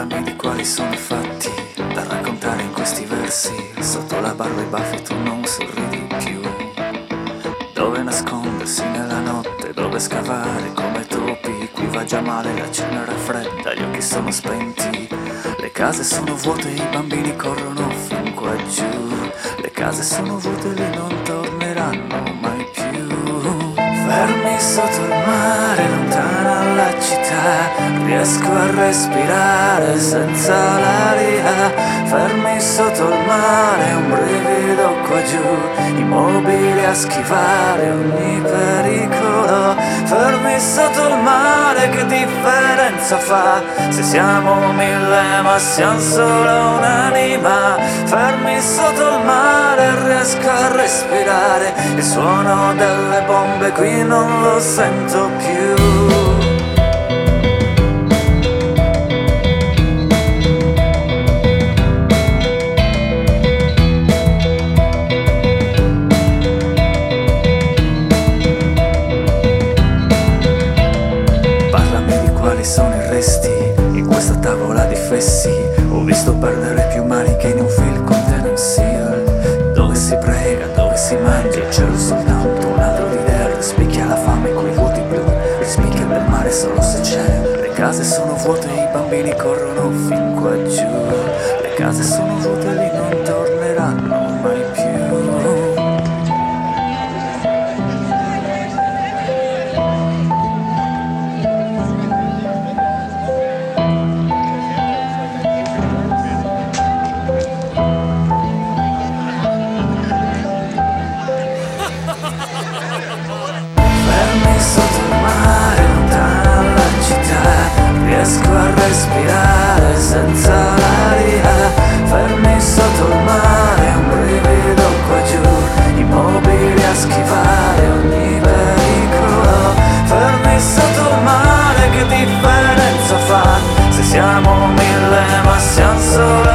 Parlami di quali sono i fatti da raccontare in questi versi. Sotto la barba e i baffi tu non sorridi più. Dove nascondersi nella notte, dove scavare come topi. Qui va già male, la cena era fredda, gli occhi sono spenti. Le case sono vuote, i bambini corrono fin qua giù. Le case sono vuote, lì non torneranno mai più. Fermi sotto il mare, lontana alla città, riesco a respirare senza l'aria. Fermi sotto il mare, un brivido qua giù, immobili a schivare ogni pericolo. Fermi sotto il mare, che differenza fa se siamo mille ma siamo solo un'anima. Fermi sotto il mare, riesco a respirare, il suono delle bombe qui non lo sento più. Parlami di quali sono i resti in questa tavola di fessi. Ho visto perdere più mani che in un film con Terence Hill, dove si prega, dove si mangia, il cielo soltanto un altro di terra. Spicchia la fame coi vuoti blu, rispicchia il bel mare solo se c'è. Le case sono vuote, i bambini corrono fin qua giù. Le case sono vuote, lì non torneranno mai più. Fermi sotto il mare, lontana alla città, riesco a respirare senza l'aria. Fermi sotto il mare, un brivido qua giù, immobili a schivare ogni pericolo. Fermi sotto il mare, che differenza fa se siamo mille ma siamo solo